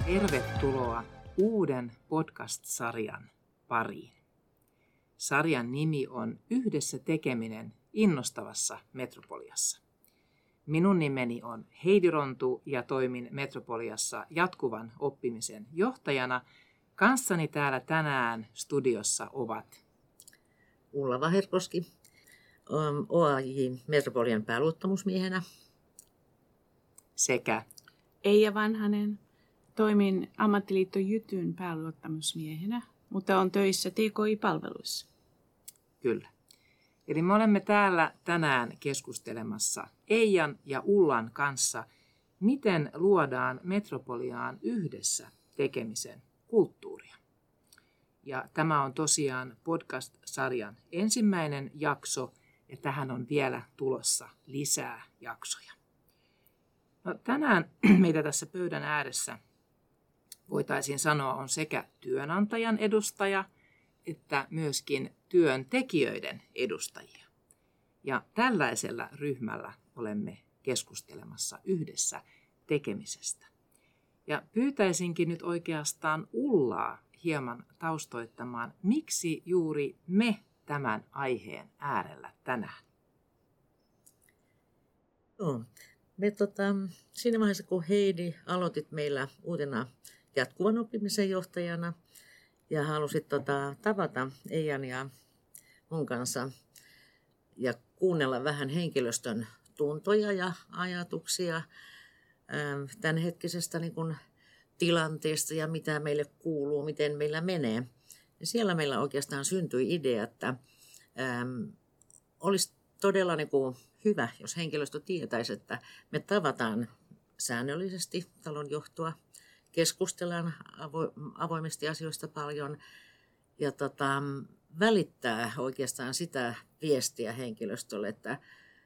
Tervetuloa uuden podcast-sarjan pariin. Sarjan nimi on Yhdessä tekeminen innostavassa Metropoliassa. Minun nimeni on Heidi Rontu ja toimin Metropoliassa jatkuvan oppimisen johtajana. Kanssani täällä tänään studiossa ovat Ulla Vaherkoski, OAJ Metropolian pääluottamusmiehenä. sekä Eija Vanhanen. Toimin Ammattiliitto Jytyn pääluottamusmiehenä, mutta on töissä TKI-palveluissa. Kyllä. Eli me olemme täällä tänään keskustelemassa Eijan ja Ullan kanssa, miten luodaan Metropoliaan yhdessä tekemisen kulttuuria. Ja tämä on tosiaan podcast-sarjan ensimmäinen jakso, ja tähän on vielä tulossa lisää jaksoja. No, tänään meitä tässä pöydän ääressä voitaisiin sanoa on sekä työnantajan edustaja että myöskin työntekijöiden edustajia. Ja tällaisella ryhmällä olemme keskustelemassa yhdessä tekemisestä. Ja pyytäisinkin nyt oikeastaan Ullaa hieman taustoittamaan, miksi juuri me tämän aiheen äärellä tänään. Joo. Me siinä vaiheessa, kun Heidi aloitit meillä uutena jatkuvan oppimisen johtajana ja halusit tavata Eijan ja mun kanssa ja kuunnella vähän henkilöstön tuntoja ja ajatuksia tämänhetkisestä niin kun tilanteesta ja mitä meille kuuluu, miten meillä menee. Ja siellä meillä oikeastaan syntyi idea, että olisi todella niin kuin hyvä, jos henkilöstö tietäisi, että me tavataan säännöllisesti talon johtoa, keskustellaan avoimesti asioista paljon ja välittää oikeastaan sitä viestiä henkilöstölle, että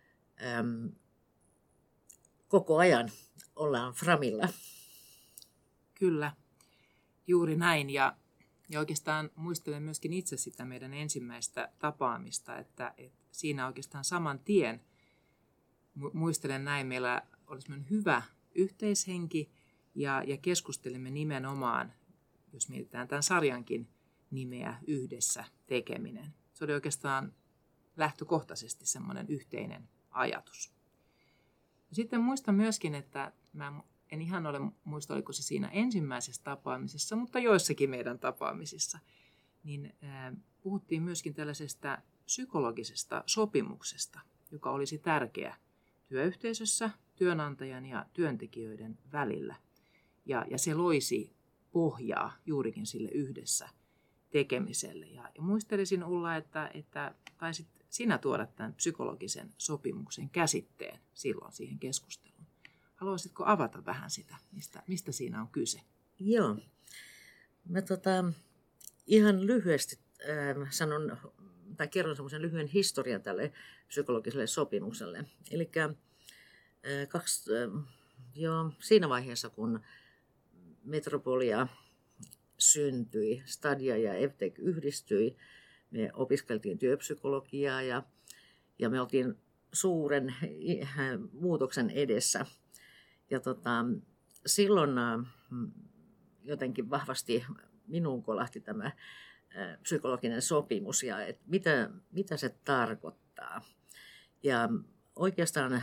koko ajan ollaan framilla. Kyllä, juuri näin. Ja oikeastaan muistelen myöskin itse sitä meidän ensimmäistä tapaamista, että siinä oikeastaan saman tien muistelen näin, meillä olisi hyvä yhteishenki ja keskustelimme nimenomaan, jos mietitään tämän sarjankin nimeä, yhdessä tekeminen. Se oli oikeastaan lähtökohtaisesti semmoinen yhteinen ajatus. Sitten muistan myöskin, että mä en ihan ole muista, oliko se siinä ensimmäisessä tapaamisessa, mutta joissakin meidän tapaamisissa, niin puhuttiin myöskin tällaisesta psykologisesta sopimuksesta, joka olisi tärkeä työyhteisössä, työnantajan ja työntekijöiden välillä. Ja se loisi pohjaa juurikin sille yhdessä tekemiselle. Ja muistelisin Ulla, että taisit sinä tuoda tämän psykologisen sopimuksen käsitteen silloin siihen keskusteluun. Haluaisitko avata vähän sitä, mistä siinä on kyse? Joo. Mä ihan lyhyesti kerron semmoisen lyhyen historian tälle psykologiselle sopimukselle. Eli siinä vaiheessa, kun Metropolia syntyi, Stadia ja EVTEC yhdistyi, me opiskeltiin työpsykologiaa ja me oltiin suuren muutoksen edessä. Ja silloin jotenkin vahvasti minuun kolahti tämä psykologinen sopimus ja että mitä se tarkoittaa. Ja oikeastaan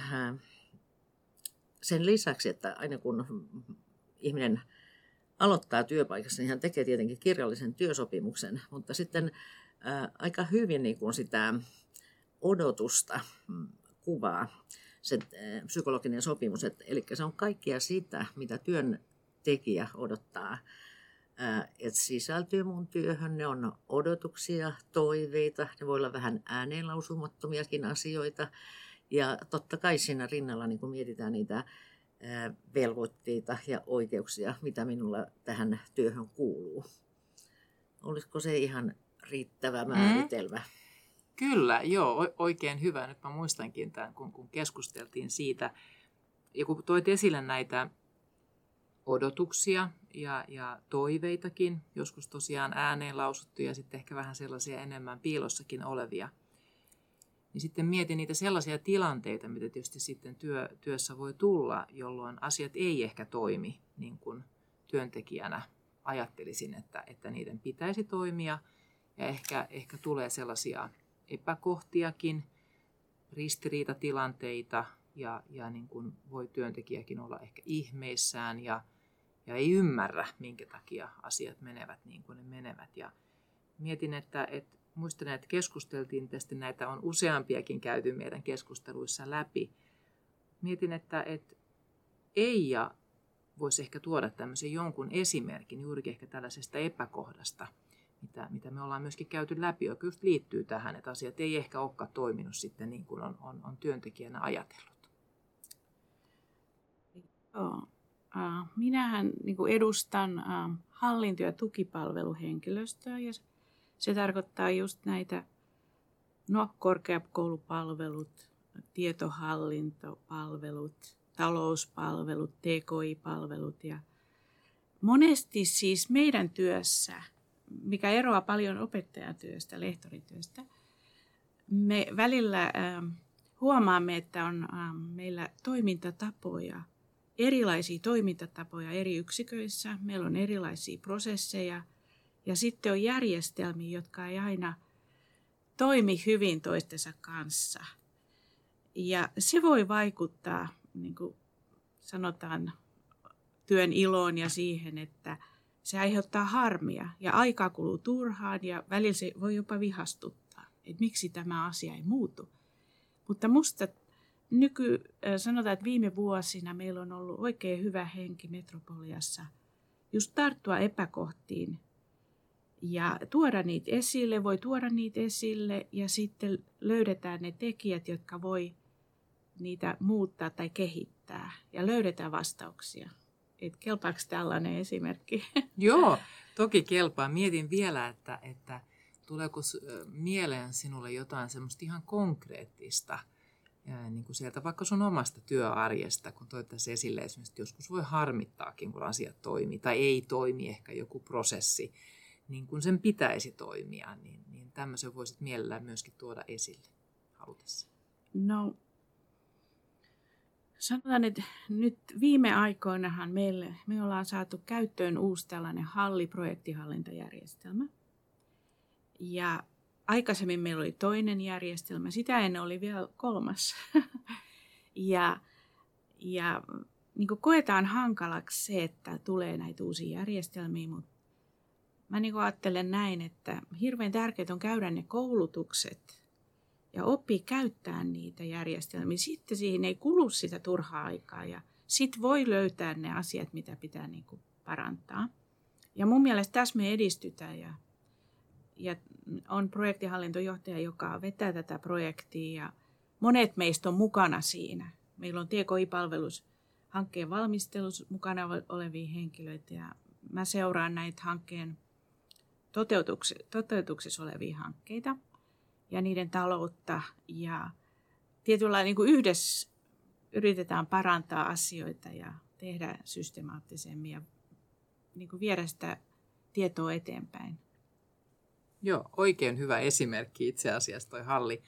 sen lisäksi, että aina kun ihminen aloittaa työpaikassa, niin hän tekee tietenkin kirjallisen työsopimuksen, mutta sitten aika hyvin niin kuin sitä odotusta kuvaa se psykologinen sopimus. Eli se on kaikkea sitä, mitä työntekijä odottaa, että sisältyy mun työhön. Ne on odotuksia, toiveita, ne voi olla vähän ääneen lausumattomiakin asioita. Ja totta kai siinä rinnalla niin kun mietitään niitä velvoitteita ja oikeuksia, mitä minulla tähän työhön kuuluu. Olisiko se ihan riittävä määritelmä? Kyllä, joo, oikein hyvä. Nyt mä muistankin tämän, kun keskusteltiin siitä. Ja kun toit esille näitä odotuksia ja toiveitakin, joskus tosiaan ääneen lausuttuja ja sitten ehkä vähän sellaisia enemmän piilossakin olevia, niin sitten mietin niitä sellaisia tilanteita, mitä tietysti sitten työssä voi tulla, jolloin asiat ei ehkä toimi niin kuin työntekijänä ajattelisin, että niiden pitäisi toimia. Ja ehkä tulee sellaisia epäkohtiakin, ristiriitatilanteita ja niin kuin voi työntekijäkin olla ehkä ihmeissään ja ei ymmärrä, minkä takia asiat menevät niin kuin ne menevät. Ja mietin, muistan, että keskusteltiin tästä, näitä on useampiakin käyty meidän keskusteluissa läpi. Mietin, että Eija voisi ehkä tuoda tämmöisen jonkun esimerkin juurikin ehkä tällaisesta epäkohdasta, mitä me ollaan myöskin käyty läpi, joka just liittyy tähän, että asiat ei ehkä olekaan toiminut sitten niin kuin on työntekijänä ajatellut. Joo. Minähän niin kuin edustan hallinto- ja tukipalveluhenkilöstöä ja se tarkoittaa just näitä korkeakoulupalvelut, tietohallintopalvelut, talouspalvelut, TKI-palvelut ja monesti siis meidän työssä, mikä eroaa paljon opettajatyöstä, lehtorityöstä, me välillä huomaamme, että on meillä toimintatapoja, erilaisia toimintatapoja eri yksiköissä, meillä on erilaisia prosesseja ja sitten on järjestelmiä, jotka ei aina toimi hyvin toistensa kanssa. Ja se voi vaikuttaa, niin kuin sanotaan, työn iloon ja siihen, että se aiheuttaa harmia ja aikaa kuluu turhaan ja välillä se voi jopa vihastuttaa, että miksi tämä asia ei muutu. Mutta musta sanotaan, että viime vuosina meillä on ollut oikein hyvä henki Metropoliassa just tarttua epäkohtiin ja tuoda niitä esille, voi tuoda niitä esille ja sitten löydetään ne tekijät, jotka voi niitä muuttaa tai kehittää ja löydetään vastauksia. Et kelpaako tällainen esimerkki? Joo, toki kelpaa. Mietin vielä, että tuleeko mieleen sinulle jotain semmoista ihan konkreettista, niin kuin sieltä vaikka sun omasta työarjesta, kun toit tässä esille esimerkiksi, että joskus voi harmittaakin, kun asiat toimii tai ei toimi ehkä joku prosessi, niin kuin sen pitäisi toimia, niin tämmöisen voisit mielellään myöskin tuoda esille halutessa. No, sanotaan, että nyt viime aikoinahan me ollaan saatu käyttöön uusi tällainen projektihallintajärjestelmä. Ja aikaisemmin meillä oli toinen järjestelmä, sitä ennen oli vielä kolmas. ja niin kuin koetaan hankalaksi se, että tulee näitä uusia järjestelmiä, mutta mä niin kuin ajattelen näin, että hirveän tärkeää on käydä ne koulutukset ja oppii käyttää niitä järjestelmiä. Sitten siihen ei kulu sitä turhaa aikaa ja sitten voi löytää ne asiat, mitä pitää niin kuin parantaa. Ja mun mielestä tässä me edistytään ja on projektihallintojohtaja, joka vetää tätä projektia ja monet meistä on mukana siinä. Meillä on TKI-palvelushankkeen valmistelussa mukana olevia henkilöitä ja mä seuraan näitä hankkeen toteutuksessa olevia hankkeita ja niiden taloutta ja tietyllä niin kuin yhdessä yritetään parantaa asioita ja tehdä systemaattisemmin ja niin kuin viedä sitä tietoa eteenpäin. Joo, oikein hyvä esimerkki itse asiassa toi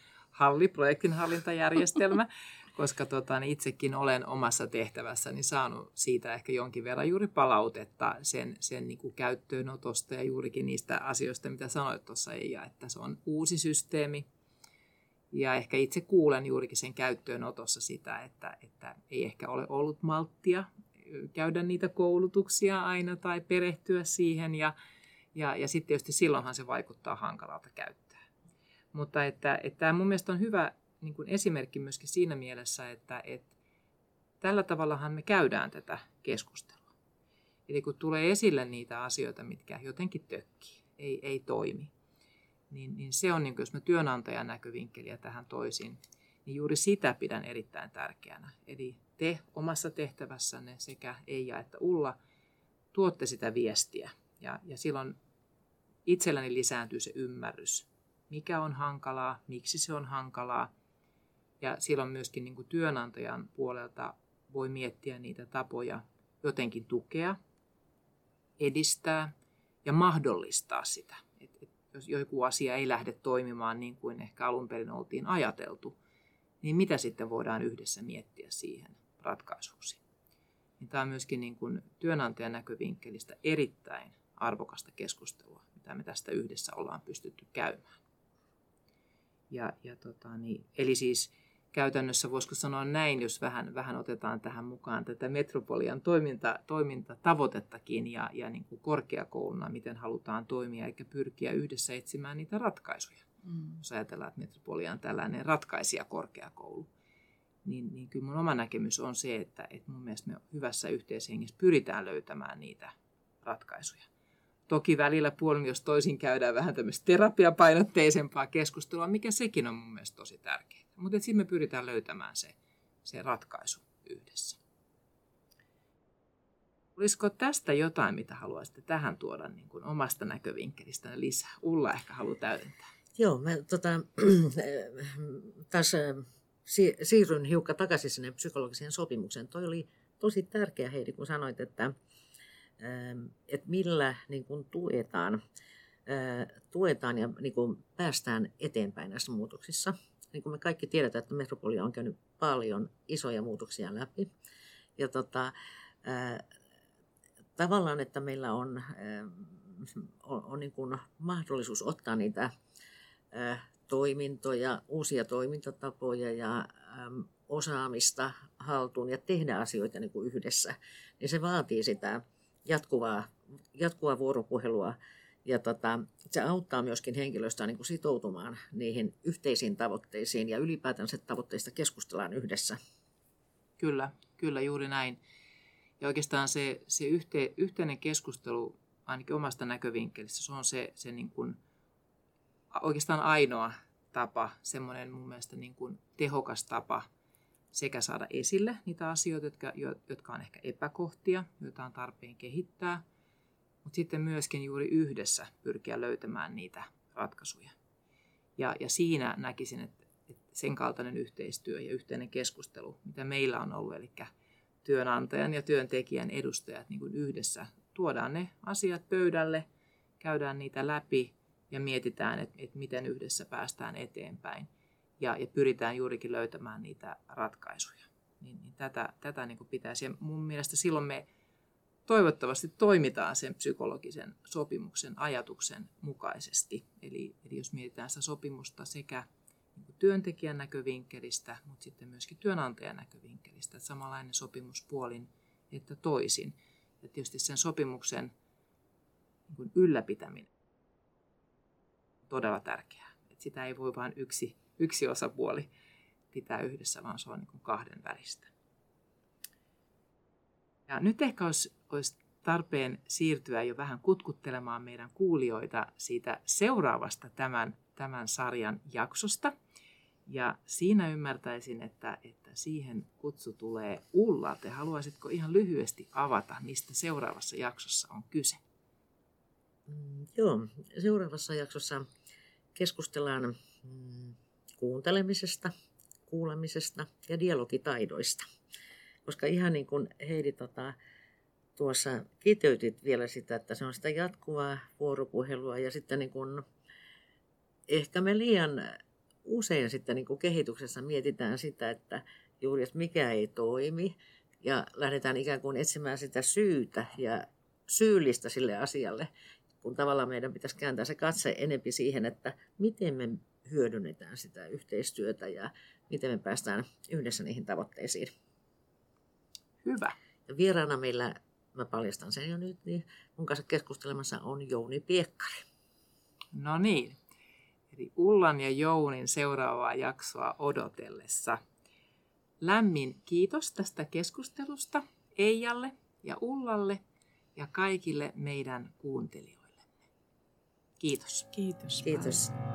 Halli-projektinhallintajärjestelmä, koska itsekin olen omassa tehtävässäni saanut siitä ehkä jonkin verran juuri palautetta sen niin kuin käyttöönotosta ja juurikin niistä asioista, mitä sanoit tuossa Eija, että se on uusi systeemi. Ja ehkä itse kuulen juurikin sen käyttöönotossa sitä, että ei ehkä ole ollut malttia käydä niitä koulutuksia aina tai perehtyä siihen ja sitten tietysti silloinhan se vaikuttaa hankalalta käyttää. Mutta että mun mielestä on hyvä niin kuin esimerkki myöskin siinä mielessä, että tällä tavallahan me käydään tätä keskustelua. Eli kun tulee esille niitä asioita, mitkä jotenkin tökkii, ei toimi, niin se on, niin kuin jos mä työnantajan näkövinkkeliä tähän toisin, niin juuri sitä pidän erittäin tärkeänä. Eli te omassa tehtävässänne sekä Eija että Ulla tuotte sitä viestiä. Ja silloin itselläni lisääntyy se ymmärrys, mikä on hankalaa, miksi se on hankalaa. Ja silloin myöskin niin kuin työnantajan puolelta voi miettiä niitä tapoja jotenkin tukea, edistää ja mahdollistaa sitä. Jos joku asia ei lähde toimimaan niin kuin ehkä alun perin oltiin ajateltu, niin mitä sitten voidaan yhdessä miettiä siihen ratkaisuksi. niin tämä on myöskin niin kuin työnantajan näkövinkkelistä erittäin arvokasta keskustelua, mitä me tästä yhdessä ollaan pystytty käymään. Eli siis käytännössä voisiko sanoa näin, jos vähän otetaan tähän mukaan tätä Metropolian toimintatavoitettakin ja niin kuin korkeakouluna, miten halutaan toimia eikä pyrkiä yhdessä etsimään niitä ratkaisuja. Jos ajatellaan, että Metropolia on tällainen ratkaisijakorkeakoulu, niin kyllä mun oma näkemys on se, että mun mielestä me hyvässä yhteishengessä pyritään löytämään niitä ratkaisuja. Toki välillä puolin, jos toisin käydään vähän tämmöistä terapiapainotteisempaa keskustelua, mikä sekin on mun mielestä tosi tärkeää. Mutta sitten me pyritään löytämään se ratkaisu yhdessä. Olisiko tästä jotain, mitä haluaisitte tähän tuoda niin kuin omasta näkövinkkelistä lisää? Ulla ehkä haluaa täydentää. Joo, mä taas siirryn hiukan takaisin sinne psykologiseen sopimukseen. Toi oli tosi tärkeä, Heidi, kun sanoit, että millä niin kuin tuetaan ja niin kuin päästään eteenpäin näissä muutoksissa. Niin kuin me kaikki tiedetään, että Metropolia on käynyt paljon isoja muutoksia läpi. Ja tavallaan, että meillä on niin kuin mahdollisuus ottaa niitä toimintoja, uusia toimintatapoja ja osaamista haltuun ja tehdä asioita niin kuin yhdessä, niin se vaatii sitä jatkuvaa vuoropuhelua ja se auttaa myöskin henkilöstöä niin kuin sitoutumaan niihin yhteisiin tavoitteisiin ja ylipäätänsä tavoitteista keskustellaan yhdessä. Kyllä juuri näin. Ja oikeastaan se yhteinen keskustelu, ainakin omasta näkövinkkelistä, se on se niin kuin oikeastaan ainoa tapa, semmoinen mun mielestä niin kuin tehokas tapa sekä saada esille niitä asioita, jotka on ehkä epäkohtia, joita on tarpeen kehittää, mutta sitten myöskin juuri yhdessä pyrkiä löytämään niitä ratkaisuja. Ja siinä näkisin, että sen kaltainen yhteistyö ja yhteinen keskustelu, mitä meillä on ollut, eli työnantajan ja työntekijän edustajat niin kuin yhdessä, tuodaan ne asiat pöydälle, käydään niitä läpi ja mietitään, että miten yhdessä päästään eteenpäin ja pyritään juurikin löytämään niitä ratkaisuja. Niin tätä niin kuin pitäisi. Ja mun mielestä silloin me toivottavasti toimitaan sen psykologisen sopimuksen ajatuksen mukaisesti. Eli jos mietitään sitä sopimusta sekä niin kuin työntekijän näkövinkkelistä, mutta sitten myöskin työnantajan näkövinkkelistä, että samanlainen sopimus puolin että toisin. Ja tietysti sen sopimuksen niin kuin ylläpitäminen on todella tärkeää. Että sitä ei voi vain yksi osapuoli pitää yhdessä, vaan se on niin kuin kahden välistä. Ja nyt ehkä olisi tarpeen siirtyä jo vähän kutkuttelemaan meidän kuulijoita siitä seuraavasta tämän sarjan jaksosta. Ja siinä ymmärtäisin, että siihen kutsu tulee Ulla. Te haluaisitko ihan lyhyesti avata, mistä seuraavassa jaksossa on kyse? Joo, seuraavassa jaksossa keskustellaan kuuntelemisesta, kuulemisesta ja dialogitaidoista. Koska ihan niin kuin Heidi tuossa kiteytit vielä sitä, että se on sitä jatkuvaa vuoropuhelua ja sitten niin kuin, ehkä me liian usein sitten niin kuin kehityksessä mietitään sitä, että juuri että mikä ei toimi ja lähdetään ikään kuin etsimään sitä syytä ja syyllistä sille asialle, kun tavallaan meidän pitäisi kääntää se katse enempi siihen, että miten me hyödynnetään sitä yhteistyötä ja miten me päästään yhdessä niihin tavoitteisiin. Hyvä. Ja vieraana meillä, mä paljastan sen jo nyt, niin mun kanssa keskustelemassa on Jouni Piekkari. No niin, eli Ullan ja Jounin seuraavaa jaksoa odotellessa. Lämmin kiitos tästä keskustelusta Eijalle ja Ullalle ja kaikille meidän kuuntelijoillemme. Kiitos. Kiitos. Kiitos.